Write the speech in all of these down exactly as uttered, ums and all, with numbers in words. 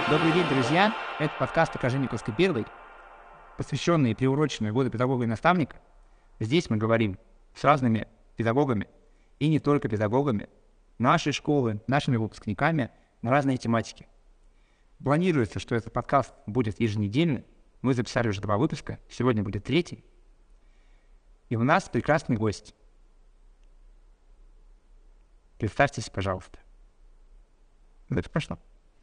Добрый день, друзья! Это подкаст «Акажениковской первой», посвященный и приуроченный году педагога и наставника. Здесь мы говорим с разными педагогами, и не только педагогами, нашей школы, нашими выпускниками на разные тематики. Планируется, что этот подкаст будет еженедельно. Мы записали уже два выпуска, сегодня будет третий. И у нас прекрасный гость. Представьтесь, пожалуйста. Это прошло.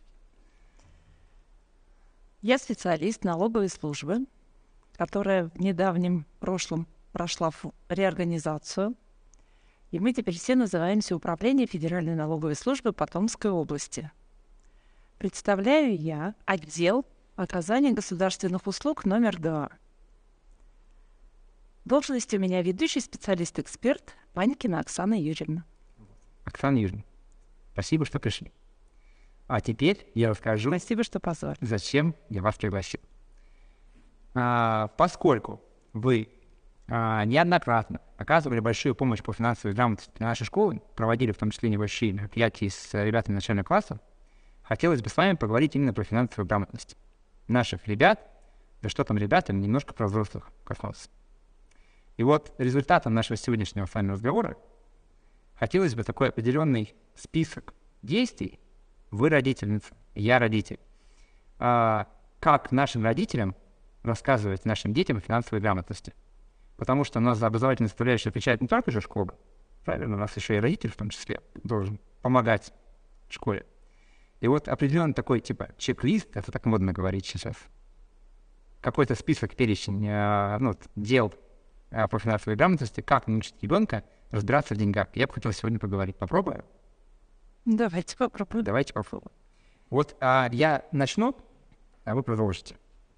Я специалист налоговой службы, которая в недавнем прошлом прошла реорганизацию. И мы теперь все называемся Управление Федеральной налоговой службы по Томской области. Представляю я отдел оказания государственных услуг номер два. Должность у меня ведущий специалист-эксперт Панькина Оксана Юрьевна. Оксана Юрьевна, спасибо, что пришли. А теперь я расскажу, Спасибо, что позвали. Зачем я вас пригласил. А, поскольку вы а, неоднократно оказывали большую помощь по финансовой грамотности для нашей школы, проводили в том числе небольшие мероприятия с ребятами начальных классов, хотелось бы с вами поговорить именно про финансовую грамотность наших ребят, да что там ребятам, немножко про взрослых коснулся. И вот результатом нашего сегодняшнего с вами разговора хотелось бы такой определенный список действий. Вы родительница, я родитель. А, как нашим родителям рассказывать нашим детям о финансовой грамотности? Потому что у нас за образовательную составляющую отвечает не только же школа, правильно, у нас еще и родитель в том числе должен помогать школе. И вот определенный такой типа чек-лист, это так модно говорить сейчас, какой-то список, перечень а, ну, дел а, по финансовой грамотности, как научить ребенка разбираться в деньгах. Я бы хотел сегодня поговорить. Попробуем? Давайте попробуем. Давайте попробуем. Вот а, я начну, а вы продолжите.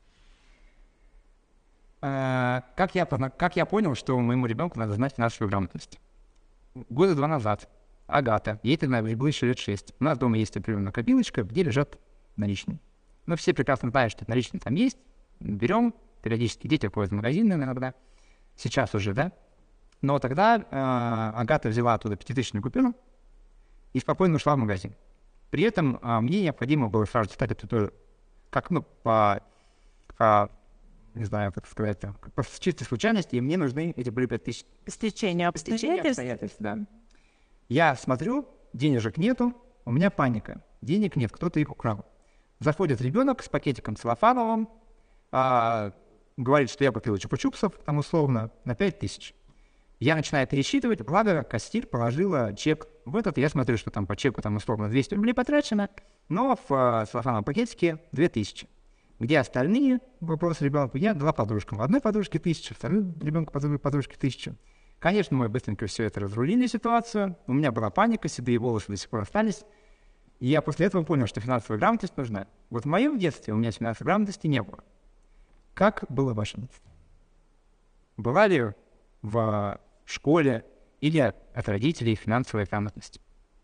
А, как, я, как я понял, что моему ребенку надо знать финансовую грамотность? Года два назад Агата, ей тогда было еще лет шесть. У нас дома есть определенная копилочка, где лежат наличные. Но все прекрасно знают, что наличные там есть. Берем, периодически дети ходят в магазин иногда. Сейчас уже, да? Но тогда а, Агата взяла оттуда пятитысячную купюру и спокойно ушла в магазин. При этом а, мне необходимо было сразу читать это тоже, как, ну, по, по, не знаю, как сказать, по чистой случайности, и мне нужны эти были пять тысяч. По стечению обстоятельств. обстоятельств, да. Я смотрю, денежек нету, у меня паника. Денег нет, кто-то их украл. Заходит ребенок с пакетиком целлофановым, а, говорит, что я купил чупа-чупсов, там условно, на пять тысяч. Я начинаю пересчитывать, благо кассир положила чек в этот, я смотрю, что там по чеку там условно двести рублей потрачено, но в э, целлофановом пакетике две тысячи. Где остальные? Вопрос ребенку. Я дала подружкам. Одной подружке тысячу, второй ребенку подружке тысячу. Конечно, мы быстренько все это разрулили ситуацию. У меня была паника, седые волосы до сих пор остались. И я после этого понял, что финансовая грамотность нужна. Вот в моем детстве у меня финансовой грамотности не было. Как было в вашем детстве? Была ли в школе или от родителей финансовой грамотности?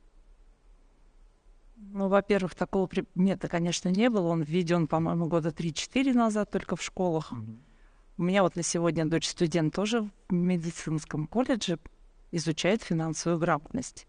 Ну, во-первых, такого предмета, конечно, не было. Он введен, по-моему, года три-четыре назад только в школах. Mm-hmm. У меня вот на сегодня дочь студент тоже в медицинском колледже изучает финансовую грамотность.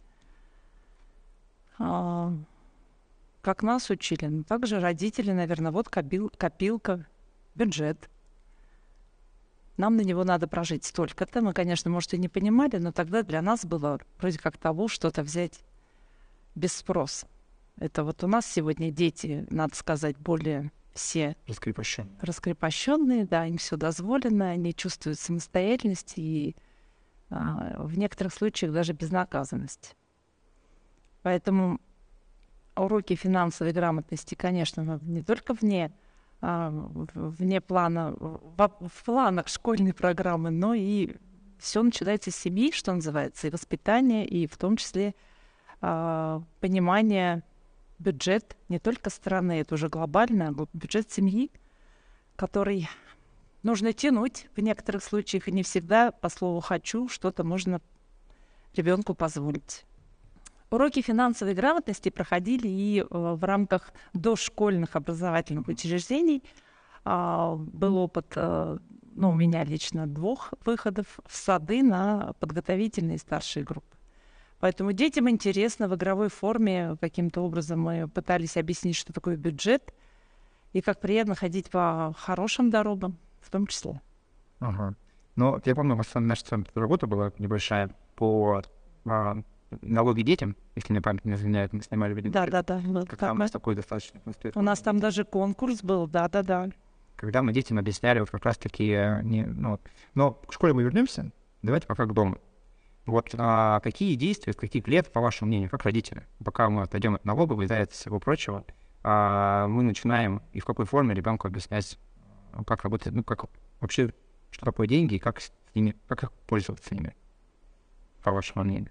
А, как нас учили? Ну, также родители, наверное, вот копил, копилка, бюджет. Нам на него надо прожить столько-то. Мы, конечно, может, и не понимали, но тогда для нас было вроде как того что-то взять без спроса. Это вот у нас сегодня дети, надо сказать, более все раскрепощенные. раскрепощенные, да, им все дозволено, они чувствуют самостоятельность и а, в некоторых случаях даже безнаказанность. Поэтому уроки финансовой грамотности, конечно, не только вне вне плана, в, в планах школьной программы, но и все начинается с семьи, что называется, и воспитание, и в том числе а, понимание бюджет не только страны, это уже глобально, а бюджет семьи, который нужно тянуть в некоторых случаях, и не всегда по слову «хочу» что-то можно ребенку позволить. Уроки финансовой грамотности проходили и э, в рамках дошкольных образовательных учреждений. Э, был опыт, э, ну, у меня лично двух выходов в сады на подготовительные старшие группы. Поэтому детям интересно в игровой форме. Каким-то образом мы пытались объяснить, что такое бюджет, и как приятно ходить по хорошим дорогам, в том числе. Ага. Но я помню, у вас наша работа была небольшая по а, налоги детям, если мне память не изменяет, мы снимали видео. Да, да, да. Когда у нас такой достаточно... У нас там даже конкурс был, да, да, да. Когда мы детям объясняли вот как раз-таки... Не, ну, но к школе мы вернемся, давайте пока к дому. Вот а, какие действия, с каких лет, по вашему мнению, как родители, пока мы отойдем от налоговой, да, от всего прочего, а, мы начинаем и в какой форме ребенку объяснять, как работать, ну, как вообще, что такое деньги и как с ними, как их пользоваться ними, по вашему мнению?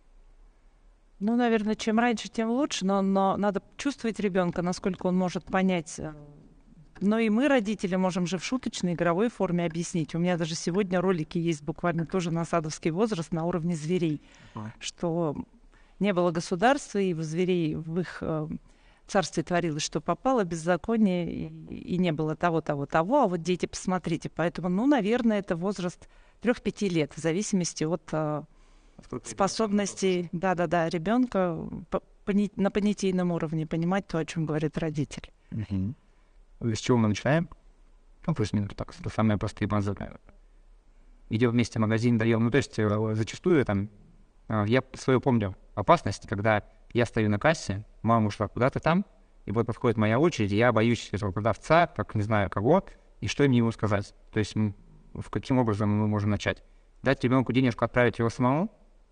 Ну, наверное, чем раньше, тем лучше, но, но надо чувствовать ребенка, насколько он может понять. Но и мы, родители, можем же в шуточной игровой форме объяснить. У меня даже сегодня ролики есть буквально тоже на садовский возраст на уровне зверей, uh-huh. что не было государства, и у зверей в их э, царстве творилось, что попало, беззаконие, и, и не было того, того, того. А вот дети, посмотрите. Поэтому, ну, наверное, это возраст трех-пяти лет, в зависимости от э, способностей, да-да-да, ребенка по, по, на понятийном уровне понимать то, о чем говорит родитель. Uh-huh. С чего мы начинаем? Ну, плюс-минус так, это самые простые базы. Идем вместе в магазин, даем. Ну, то есть зачастую там, я свою помню опасность, когда я стою на кассе, мама ушла куда-то там, и вот подходит моя очередь, и я боюсь этого продавца, как не знаю кого, и что мне ему сказать. То есть в каким образом мы можем начать? Дать ребенку денежку, отправить его самому?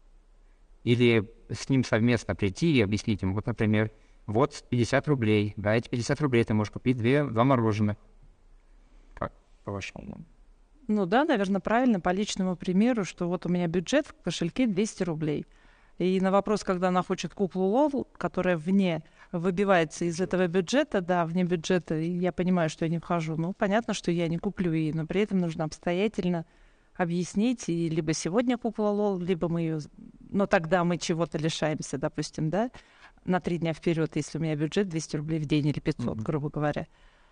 Или с ним совместно прийти и объяснить ему, вот, например, вот пятьдесят рублей, да, эти пятьдесят рублей ты можешь купить две, два мороженых. Как, по-вашему? Ну да, наверное, правильно, по личному примеру, что вот у меня бюджет в кошельке двести рублей. И на вопрос, когда она хочет куклу Лолу, которая вне, выбивается из этого бюджета, да, вне бюджета, и я понимаю, что я не вхожу, ну, понятно, что я не куплю ей, но при этом нужно обстоятельно объяснить, и либо сегодня кукла Лол, либо мы ее... Но тогда мы чего-то лишаемся, допустим, да, на три дня вперед, если у меня бюджет двести рублей в день или пятьсот, mm-hmm. грубо говоря.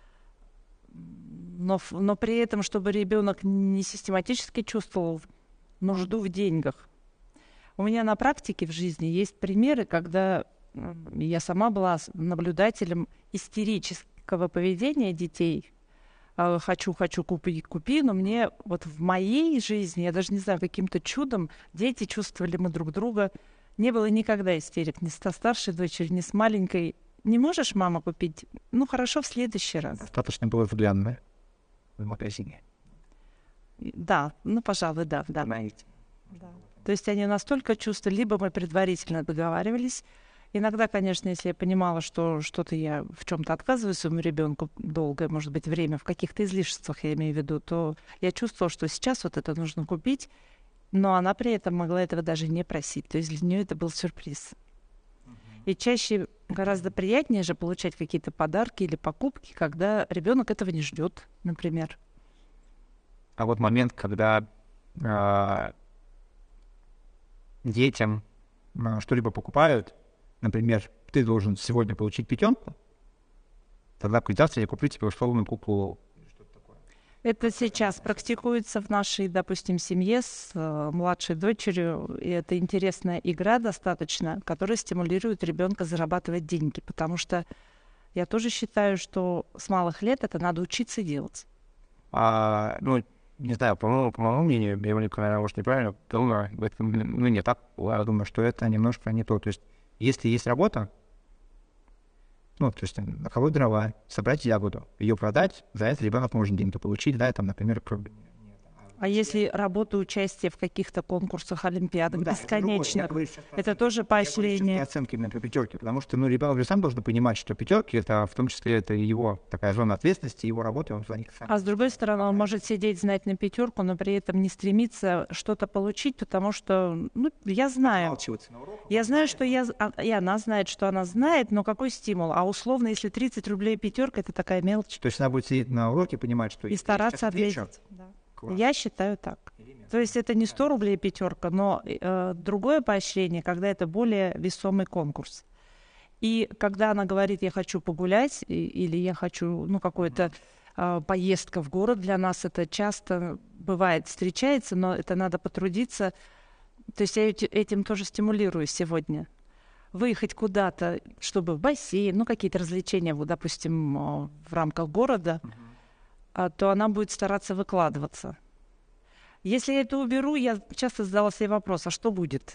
Но, но при этом, чтобы ребенок не систематически чувствовал нужду в деньгах. У меня на практике в жизни есть примеры, когда я сама была наблюдателем истерического поведения детей. Хочу, хочу, купи, купи, но мне вот в моей жизни, я даже не знаю, каким-то чудом дети чувствовали мы друг друга. Не было никогда истерик ни со старшей дочерью, ни с маленькой. Не можешь, мама, купить? Ну, хорошо, в следующий раз. Достаточно было взглянуть в магазине. Да, ну, пожалуй, да. да. да. То есть они настолько чувствовали, либо мы предварительно договаривались. Иногда, конечно, если я понимала, что что-то я в чем-то отказываю своему ребенку долгое, может быть, время, в каких-то излишествах я имею в виду, то я чувствовала, что сейчас вот это нужно купить. Но она при этом могла этого даже не просить. То есть для нее это был сюрприз. Uh-huh. И чаще гораздо приятнее же получать какие-то подарки или покупки, когда ребенок этого не ждет, например. А вот момент, когда э, детям э, что-либо покупают, например, ты должен сегодня получить пятерку, тогда завтра я куплю тебе условную куклу. Это сейчас практикуется в нашей, допустим, семье с э, младшей дочерью. И это интересная игра достаточно, которая стимулирует ребенка зарабатывать деньги. Потому что я тоже считаю, что с малых лет это надо учиться делать. А, ну, не знаю, по моему, по моему мнению, я, наверное, может, неправильно, думаю, ну, не так, я думаю, что это немножко не то. То есть, если есть работа, ну, то есть, наколоть дрова, собрать ягоду, ее продать, за это ребенок может деньги получить, да, там, например, А если работа, участие в каких-то конкурсах, олимпиадах, ну, да, бесконечно, это, это тоже поощрение. Я оценки именно по пятерке, потому что, ну, ребенок же сам должен понимать, что пятерки, это в том числе это его такая зона ответственности, его работа, он за них сам. А с другой стороны, он может сидеть, знать на пятерку, но при этом не стремиться что-то получить, потому что, ну, я знаю, я знаю, что я, и она знает, что она знает, но какой стимул? А условно, если тридцать рублей пятерка, это такая мелочь. То есть она будет сидеть на уроке, понимать, что... И стараться ответить. Я считаю так. То есть это не сто рублей пятерка, но э, другое поощрение, когда это более весомый конкурс. И когда она говорит, я хочу погулять, и, или я хочу, ну, какой-то э, поездка в город, для нас это часто бывает, встречается, но это надо потрудиться, То есть я эти- этим тоже стимулирую сегодня. Выехать куда-то, чтобы в бассейн, ну, какие-то развлечения, вот, допустим, а, в рамках города, а, то она будет стараться выкладываться. Если я это уберу, я часто задала себе вопрос, а что будет?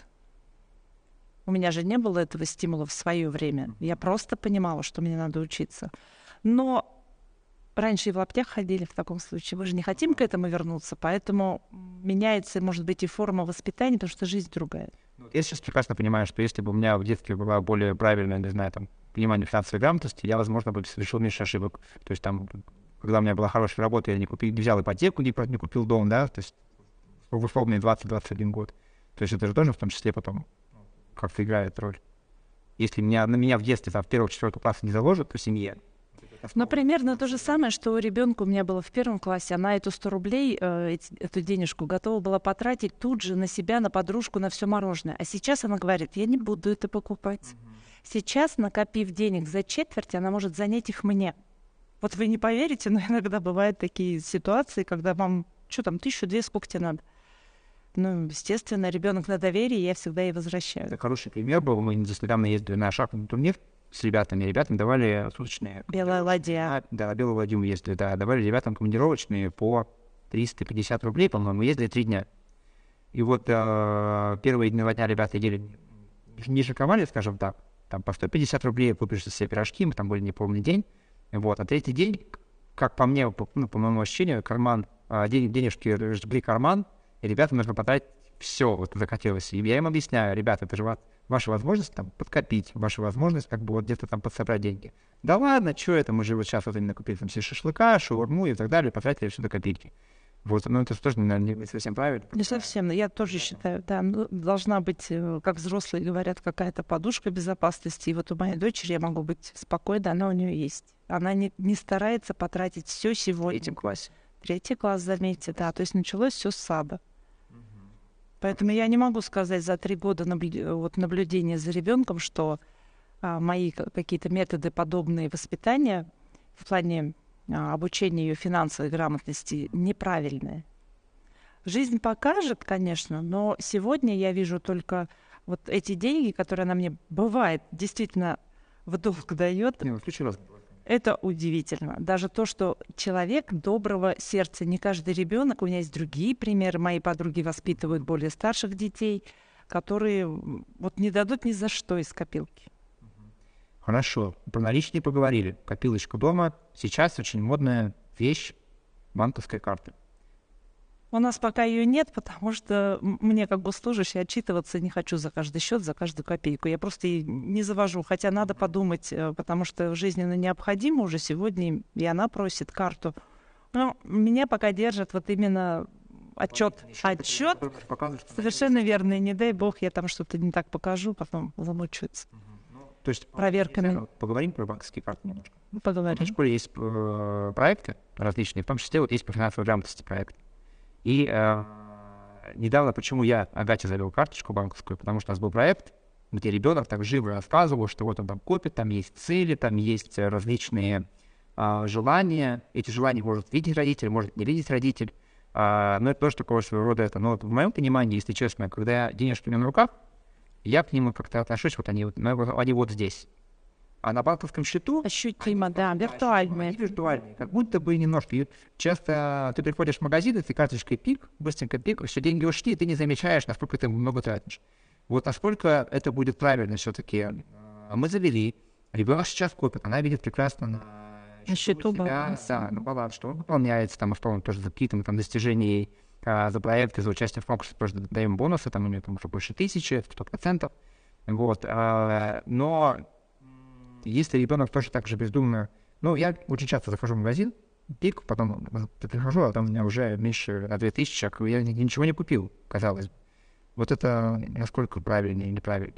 У меня же не было этого стимула в свое время. Я просто понимала, что мне надо учиться. Но раньше и в лаптях ходили в таком случае. Мы же не хотим к этому вернуться, поэтому меняется, может быть, и форма воспитания, потому что жизнь другая. Я сейчас прекрасно понимаю, что если бы у меня в детстве была более правильная, не знаю, там, понимание финансовой грамотности, я, возможно, бы совершил меньше ошибок. То есть там, когда у меня была хорошая работа, я не, купил, не взял ипотеку, не, не купил дом, да, то есть в условные двадцать-двадцать один год. То есть это же тоже в том числе потом как-то играет роль. Если меня, на меня в детстве, там, в первом-четвертом классе не заложат по семье. Но примерно то же самое, что у ребенка у меня было в первом классе. Она эту сто рублей, э, эти- эту денежку готова была потратить тут же на себя, на подружку, на все мороженое. А сейчас она говорит, я не буду это покупать. Сейчас, накопив денег за четверть, она может занять их мне. Вот вы не поверите, но иногда бывают такие ситуации, когда вам, что там, тысячу, две, сколько тебе надо? Ну, естественно, ребенок на доверии, я всегда ей возвращаю. Это хороший пример был. Мы недавно ездили на шахматный турнир с ребятами. Ребятам давали суточные... Белая ладья. А, да, на Белую ладью мы ездили, да. Давали ребятам командировочные по триста пятьдесят рублей, по-моему. Мы ездили три дня. И вот э, первые два дня ребята едели, не шиковали, скажем так. Там по сто пятьдесят рублей купишь себе пирожки, мы там были неполный день. Вот. А третий день, как по мне, по, ну, по моему ощущению, карман, э, день, денежки жгли карман, и ребятам нужно потратить все, вот захотелось. И я им объясняю, ребята, это же ва- ваша возможность там подкопить, ваша возможность как бы вот где-то там подсобрать деньги. Да ладно, что это, мы же вот сейчас вот именно купили там все шашлыка, шаурму и так далее, потратили все до копейки. Вот, ну это тоже, наверное, не совсем правильно. Не совсем. Я тоже считаю, да, ну, должна быть, э, как взрослые говорят, какая-то подушка безопасности. И вот у моей дочери я могу быть спокойна, она у нее есть. Она не, не старается потратить все В сегодня. третьем классе. Третий класс, заметьте, да. То есть началось все с сада. Поэтому я не могу сказать за три года наблю- вот, наблюдения за ребенком, что а, мои ка- какие-то методы подобные воспитания в плане а, обучения ее финансовой грамотности неправильные. Жизнь покажет, конечно, но сегодня я вижу только вот эти деньги, которые она мне, бывает, действительно в долг дает. Не, ну, включи раз. Это удивительно. Даже то, что человек доброго сердца, не каждый ребенок, у меня есть другие примеры, мои подруги воспитывают более старших детей, которые м, вот не дадут ни за что из копилки. Хорошо, про наличные поговорили. Копилочка дома. Сейчас очень модная вещь банковской карты. У нас пока ее нет, потому что м- мне как госслужащей отчитываться не хочу за каждый счет, за каждую копейку. Я просто и не завожу, хотя надо подумать, э, потому что жизненно необходимо уже сегодня, и она просит карту. Но меня пока держит вот именно отчет. Отчет совершенно верно. И не дай бог, я там что-то не так покажу, потом замучаются. То есть Проверками. поговорим про банковские карты немножко. В Поговорим. школе есть э, проекты различные, в том числе вот есть по финансовой грамотности проект. И э, недавно, почему я Агате завел карточку банковскую, потому что у нас был проект, где ребенок так живо рассказывал, что вот он там копит, там есть цели, там есть э, различные э, желания. Эти желания может видеть родитель, может не видеть родитель. Э, но это тоже такого своего рода это. Но вот в моем понимании, если честно, когда денежки у меня на руках, я к ним как-то отношусь, вот они, вот, ну, они вот здесь. А на банковском счету... Ощутимо, да, виртуальные. Они виртуальные, как будто бы немножко. И часто ты приходишь в магазин, и ты карточкой пик, быстренько пик, все деньги ушли, и ты не замечаешь, насколько ты много тратишь. Вот насколько это будет правильно все-таки. Мы завели, ребенок сейчас копит, она видит прекрасно на На счету себя, баланс. да, на баланс, что он выполняется, там, по-моему, тоже за какие-то там достижения, а, за проекты, за участие в конкурсе тоже даем бонусы, там у нее там уже больше тысячи, сто процентов. Вот, а, но если ребенок тоже так же бездумно... Ну, я очень часто захожу в магазин, пик, потом прихожу, а там у меня уже меньше на две тысячи, а я ни- ничего не купил, казалось бы. Вот это насколько правильно или неправильно.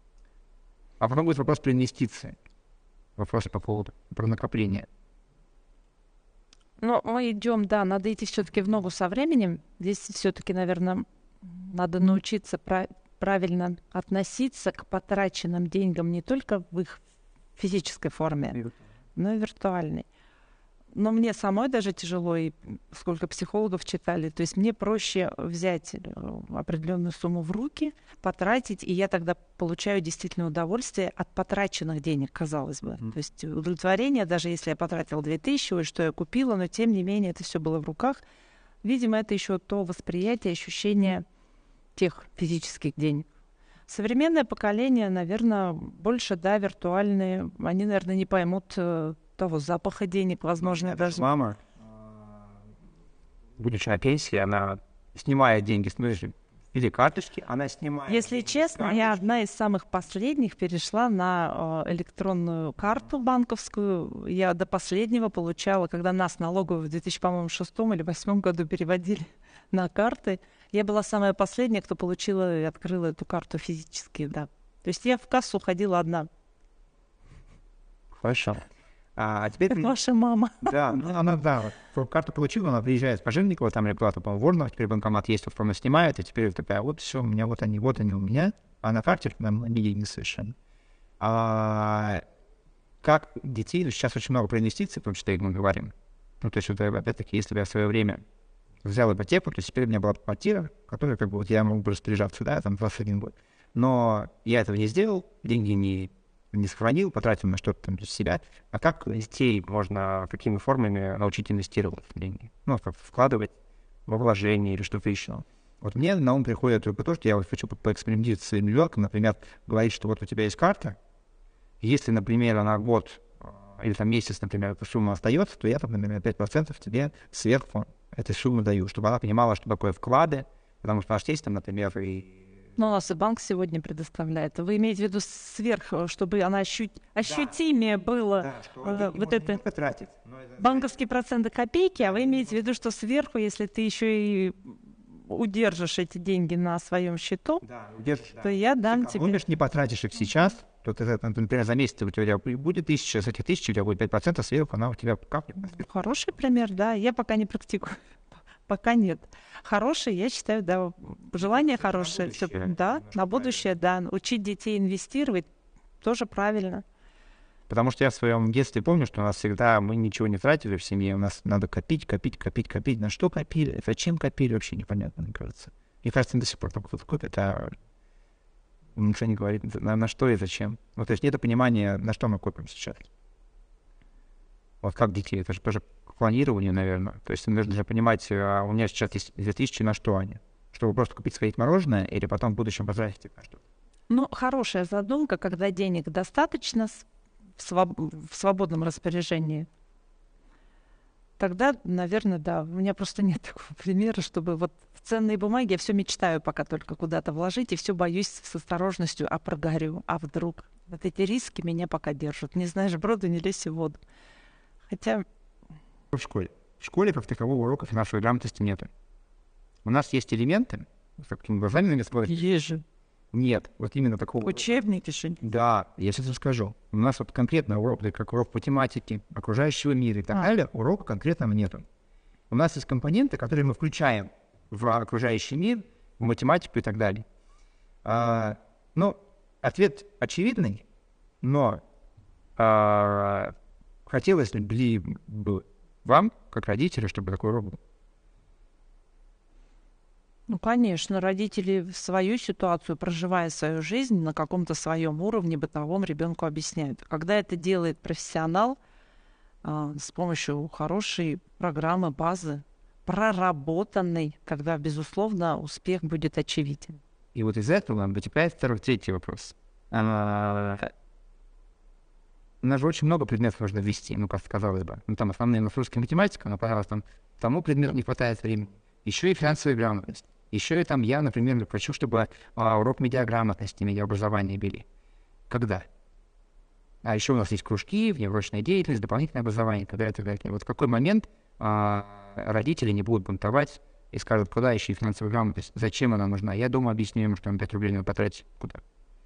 А потом будет вопрос про инвестиции. Вопрос по поводу про накопление. Но мы идем, да, надо идти все-таки в ногу со временем. Здесь все-таки, наверное, надо научиться пра- правильно относиться к потраченным деньгам не только в их физической форме, но и виртуальной. но мне самой даже тяжело, и сколько психологов читали. То есть мне проще взять определенную сумму в руки, потратить, и я тогда получаю действительно удовольствие от потраченных денег, казалось бы. Mm. То есть удовлетворение, даже если я потратила две тысячи, ой, что я купила, но тем не менее это все было в руках. Видимо, это еще то восприятие, ощущение тех физических денег. Современное поколение, наверное, больше, да, виртуальные. Они, наверное, не поймут э, того запаха денег, возможно, это даже. Мама, будучи на пенсии, она снимает деньги с или карточки, она снимает. Если честно, я одна из самых последних перешла на э, электронную карту банковскую. Я до последнего получала, когда нас налоговую в две тысячи шестом или две тысячи восьмом году переводили на карты. Я была самая последняя, кто получила и открыла эту карту физически, да. То есть я в кассу ходила одна. Хорошо. А теперь... Как ваша мама. Да, ну, она, да, вот, карту получила, она приезжает с Поживникова, там регулятор, по-моему, Воронова, теперь банкомат есть, вот, снимает, и теперь такая, вот все, у меня вот они, вот они у меня, а на карте нам не деньги совершенно. А как детей, ну, сейчас очень много про инвестиций, в том числе, мы говорим. Ну, то есть, вот, опять-таки, если бы я в свое время взял ипотеку, то теперь у меня была квартира, которая, как бы, вот я могу бы распоряжаться, да, там, двадцать один год. Но я этого не сделал, деньги не... не сохранил, потратил на что-то там для себя. А как детей можно какими формами научить инвестировать в деньги? Ну, как вкладывать во вложение или что-то еще. Вот мне на ум приходит только то, что я вот хочу поэкспериментировать с своим ребенком, например, говорить, что вот у тебя есть карта, если, например, на год или там месяц, например, эта сумма остается, то я там, например, пять процентов тебе сверху этой суммы даю, чтобы она понимала, что такое вклады, потому что у нас есть там, например, и Но у нас и банк сегодня предоставляет. Вы имеете в виду сверх, чтобы она ощу... ощутимее да. было да, что э, вот это тратить. банковские проценты копейки, а вы имеете в виду, что сверху, если ты еще и удержишь эти деньги на своем счету, да, удержишь, то да. я дам если тебе... не потратишь их сейчас, то ты, например, за месяц у тебя будет тысяча, с этих тысяч у тебя будет пять процентов сверху, она у тебя капнет. Хороший пример, да. Я пока не практикую. Пока нет. Хороший, я считаю, да, желание хорошее. Всё, да, на будущее, да. Учить детей инвестировать тоже правильно. Потому что я в своем детстве помню, что у нас всегда мы ничего не тратили в семье, у нас надо копить, копить, копить, копить. На что копили? Зачем копили? Вообще непонятно, мне кажется. Мне кажется, до сих пор там кто-то копит, а ничего не говорит, на, на что и зачем. Ну, то есть нет понимания, на что мы копим сейчас. Вот как детей, это же тоже планирование, наверное. То есть нужно же понимать, а у меня сейчас есть две тысячи, на что они? Чтобы просто купить, сходить мороженое или потом в будущем потратить их на что-то? Ну, хорошая задумка, когда денег достаточно в, своб... в свободном распоряжении. Тогда, наверное, да. У меня просто нет такого примера, чтобы вот в ценные бумаги я все мечтаю пока только куда-то вложить, и все боюсь с осторожностью, а прогорю, а вдруг. Вот эти риски меня пока держат. Не знаешь броду, не лезь в воду. Хотя... В школе. В школе как такового урока финансовой грамотности нет. У нас есть элементы, с какими глазами на меня смотрят. Есть же. Нет, вот именно такого. Учебники же. Да, я сейчас расскажу. У нас вот конкретно урок, как урок математики, окружающего мира и так а. далее, урока конкретного нету. У нас есть компоненты, которые мы включаем в окружающий мир, в математику и так далее. А, ну, ответ очевидный, но а, хотелось ли бы вам, как родители, чтобы такой урок был? Ну, конечно, родители свою ситуацию, проживая свою жизнь на каком-то своем уровне бытовом, ребенку объясняют. Когда это делает профессионал а, с помощью хорошей программы, базы, проработанной, тогда, безусловно, успех будет очевиден. И вот из этого вытекает второй, третий вопрос. А, у нас же очень много предметов можно ввести, ну, как казалось бы. Ну, там основные на русская математика, но, пожалуйста, там тому предмету не хватает времени. Еще и финансовая грамотность. Еще и там я, например, хочу, чтобы а, урок медиаграмотности, медиаобразования били. Когда? А еще у нас есть кружки, внеурочная деятельность, дополнительное образование и так далее, и так далее. Вот в какой момент а, родители не будут бунтовать и скажут, куда еще и финансовая грамотность, зачем она нужна? Я дома объясню им, что им пять рублей надо потратить. Куда?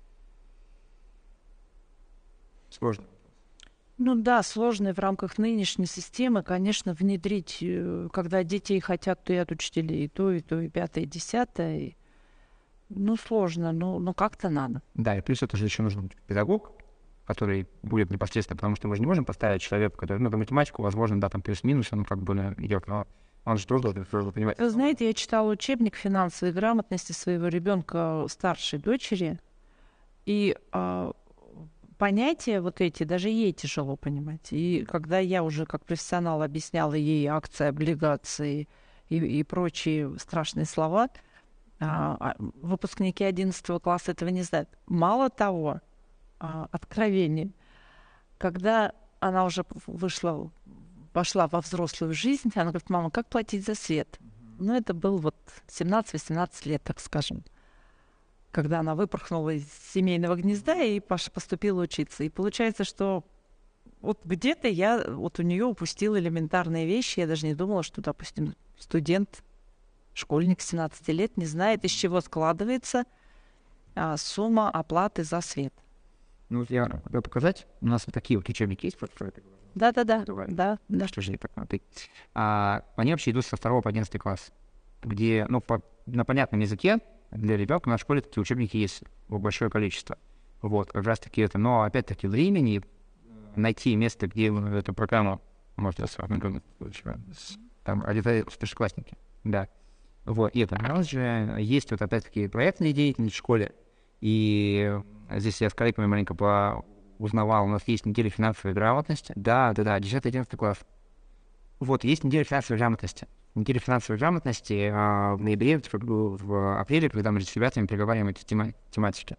Сложно. Ну да, сложно в рамках нынешней системы, конечно, внедрить, когда детей хотят, то и от учителей, и то, и то, и пятое, и десятое. И... Ну, сложно, но, но как-то надо. Да, и плюс это же еще нужен педагог, который будет непосредственно, потому что мы же не можем поставить человека, который, ну, по математику, возможно, да, там плюс-минус, он как бы ну, идет, но он же трудно, трудно понимать. Вы знаете, я читала учебник финансовой грамотности своего ребенка, старшей дочери, и а, понятия вот эти даже ей тяжело понимать. И когда я уже как профессионал объясняла ей акции, облигации и, и прочие страшные слова, а, выпускники одиннадцатого класса этого не знают. Мало того, а, откровение, когда она уже вышла, пошла во взрослую жизнь, она говорит: мама, как платить за свет? Ну, это был вот семнадцать-восемнадцать лет, так скажем, когда она выпорхнула из семейного гнезда и поступила учиться. И получается, что вот где-то я вот у нее упустила элементарные вещи. Я даже не думала, что, допустим, студент, школьник семнадцати лет не знает, из чего складывается а, сумма оплаты за свет. Ну, я хотел показать. У нас вот такие вот учебники есть, вот про это. Да-да-да, да, да. Что же так, ты? А, они вообще идут со второго по одиннадцатый класс, где, ну, по, на понятном языке для ребенка на школе такие учебники есть большое количество. Вот, как раз таки это. Но, опять-таки, времени найти место, где эту программу можно с вами, там, одетые старшеклассники, да. Вот, и это, у нас же есть вот, опять-таки, проектная деятельность в школе, и здесь я с коллегами маленько по... узнавал, у нас есть неделя финансовой грамотности. Да, да, да, десятый-одиннадцатый класс. Вот, есть неделя финансовой грамотности. Неделя финансовой грамотности а, в ноябре, в, в апреле, когда мы с ребятами переговариваем эти тема, тематики.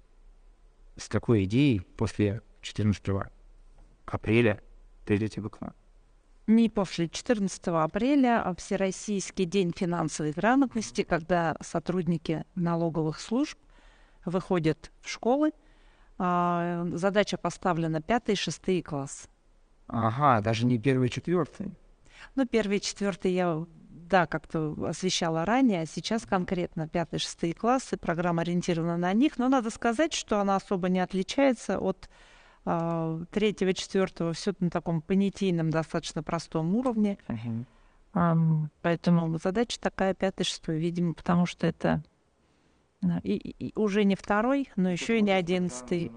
С какой идеей после четырнадцатого апреля придете вы к нам? Не после четырнадцатого апреля, а Всероссийский день финансовой грамотности, когда сотрудники налоговых служб выходят в школы. А, задача поставлена пятый, шестый класс. Ага, даже не первый, четвертый. Ну, первый, четвертый я, да, как-то освещала ранее, а сейчас конкретно пятый, шестые классы, программа ориентирована на них, но надо сказать, что она особо не отличается от а, третьего, четвертого, все на таком понятийном, достаточно простом уровне. Uh-huh. А, поэтому задача такая пятый, шестой, видимо, потому что это и, и, и уже не второй, но еще и не одиннадцатый.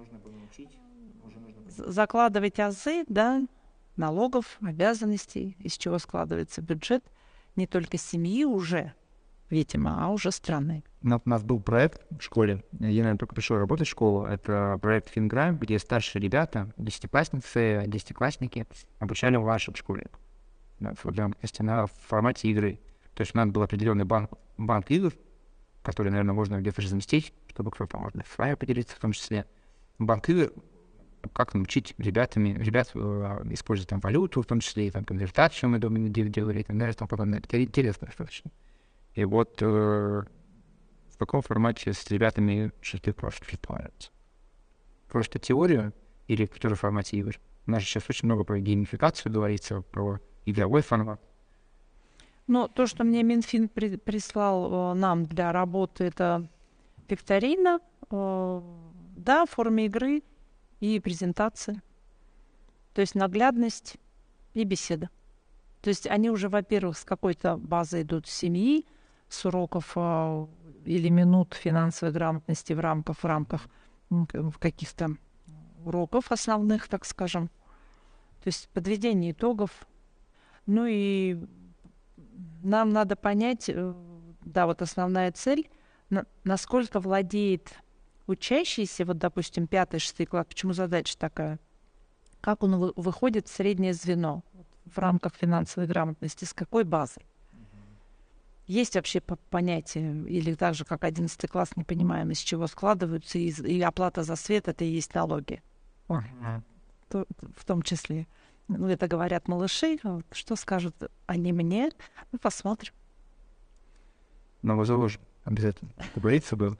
Закладывать азы, да, налогов, обязанностей, из чего складывается бюджет не только семьи уже, видимо, а уже страны. У нас был проект в школе, я, наверное, только пришел работать в школу, это проект Финграм, где старшие ребята, десятиклассницы, десятиклассники обучали в вашей школе, да, в формате игры. То есть у нас был определенный банк, банк игр, который, наверное, можно где-то же заместить, чтобы кто-то можно с вами поделиться в том числе. Банк игр, как научить ребятами, ребят э, использовать там валюту, в том числе и там конвертацию мы дома делали, и так далее, и тому подобное. Это интересно достаточно. И вот э, в каком формате с ребятами шестых классов планируется? Просто теорию или в котором формате игр? У нас сейчас очень много про геймификацию говорится, про игровой формат. Ну, то, что мне Минфин при, прислал э, нам для работы, это викторина, э, да, в форме игры и презентации. То есть наглядность и беседа. То есть они уже, во-первых, с какой-то базы идут семьи, с уроков э, или минут финансовой грамотности в рамках, в рамках в каких-то уроков основных, так скажем. То есть подведение итогов. Ну и нам надо понять, да, вот основная цель, на, насколько владеет учащийся, вот, допустим, пятый, шестый класс, почему задача такая, как он вы, выходит в среднее звено в рамках финансовой грамотности, с какой базой. Есть вообще понятие, или так же, как одиннадцатый класс, не понимаем, из чего складываются, и, и оплата за свет, это и есть налоги. Uh-huh. То, в том числе. Ну, это говорят малыши. Что скажут они мне? Мы посмотрим. Но мы заложим обязательно. Поговориться было.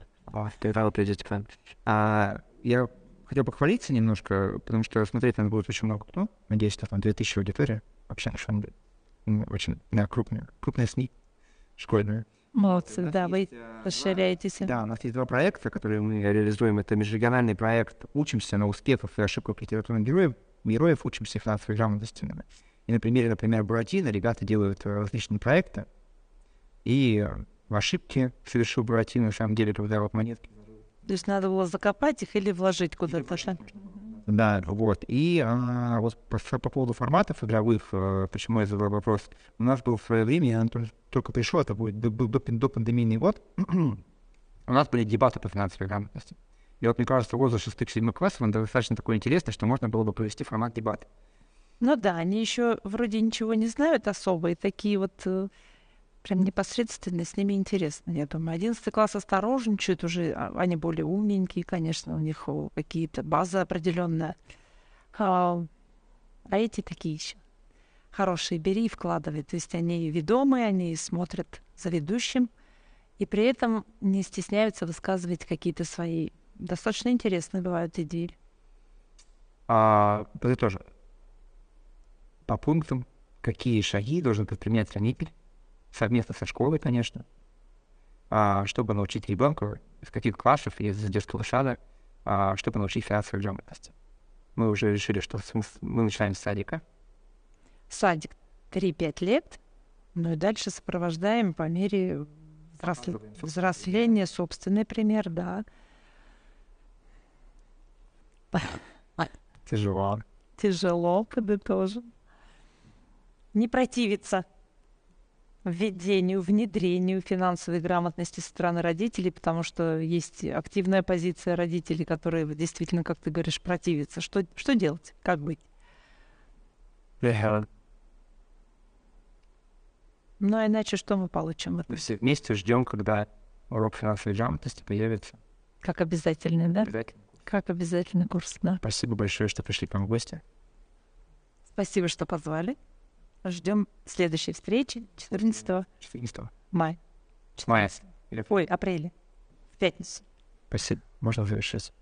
А, я хотел похвалиться немножко, потому что смотреть нас будет очень много кто. Надеюсь, что там две тысячи аудитория. Вообще, очень да, крупные, крупные СМИ школьные. Молодцы, да, вы расширяетесь. Да, у нас есть два проекта, которые мы реализуем. Это межрегиональный проект «Учимся на успехах и ошибках литературных героев». Героев учимся финансовой грамотности. И на примере, например, Буратино ребята делают различные проекты. И ошибки совершил Буратино, на самом деле, это удар от монетки. То есть надо было закопать их или вложить куда-то? Да, вот. И а, вот по, по поводу форматов игровых, а, почему я задал вопрос, у нас был в свое время, я только, только пришел, это будет до, до, до пандемийный год, у нас были дебаты по финансовой грамотности. И вот, мне кажется, возраст шестых-седьмых классов, он достаточно такой интересный, что можно было бы провести формат дебат. Ну да, они еще вроде ничего не знают особо, и такие вот э, прям непосредственно с ними интересно. Я думаю, одиннадцатый класс осторожничают уже, а, они более умненькие, конечно, у них о, какие-то базы определенные. А, а эти такие еще хорошие, бери и вкладывай. То есть они ведомые, они смотрят за ведущим, и при этом не стесняются высказывать какие-то свои достаточно интересные бывают идеи. А, это тоже по пунктам, какие шаги должен предпринять родитель, совместно со школой, конечно, а, чтобы научить ребенка из каких классов из детского сада, а, чтобы научить финансовой грамотности. Мы уже решили, что мы начинаем с садика. Садик три-пять лет, ну и дальше сопровождаем по мере взросл... взросления, собственный пример, да. Тяжело. Тяжело, подытожим. Не противиться введению, внедрению финансовой грамотности со стороны родителей, потому что есть активная позиция родителей, которые действительно, как ты говоришь, противятся. Что, что делать? Как быть? Yeah. Ну, а иначе что мы получим? Мы все вместе ждем, когда урок финансовой грамотности появится. Как обязательный, да? Обязательно. Как обязательный курс, да. Спасибо большое, что пришли к нам в гости. Спасибо, что позвали. Ждем следующей встречи четырнадцатого четырнадцатого мая. Мая. Ой, апреля. В пятницу. Спасибо. Можно завершить.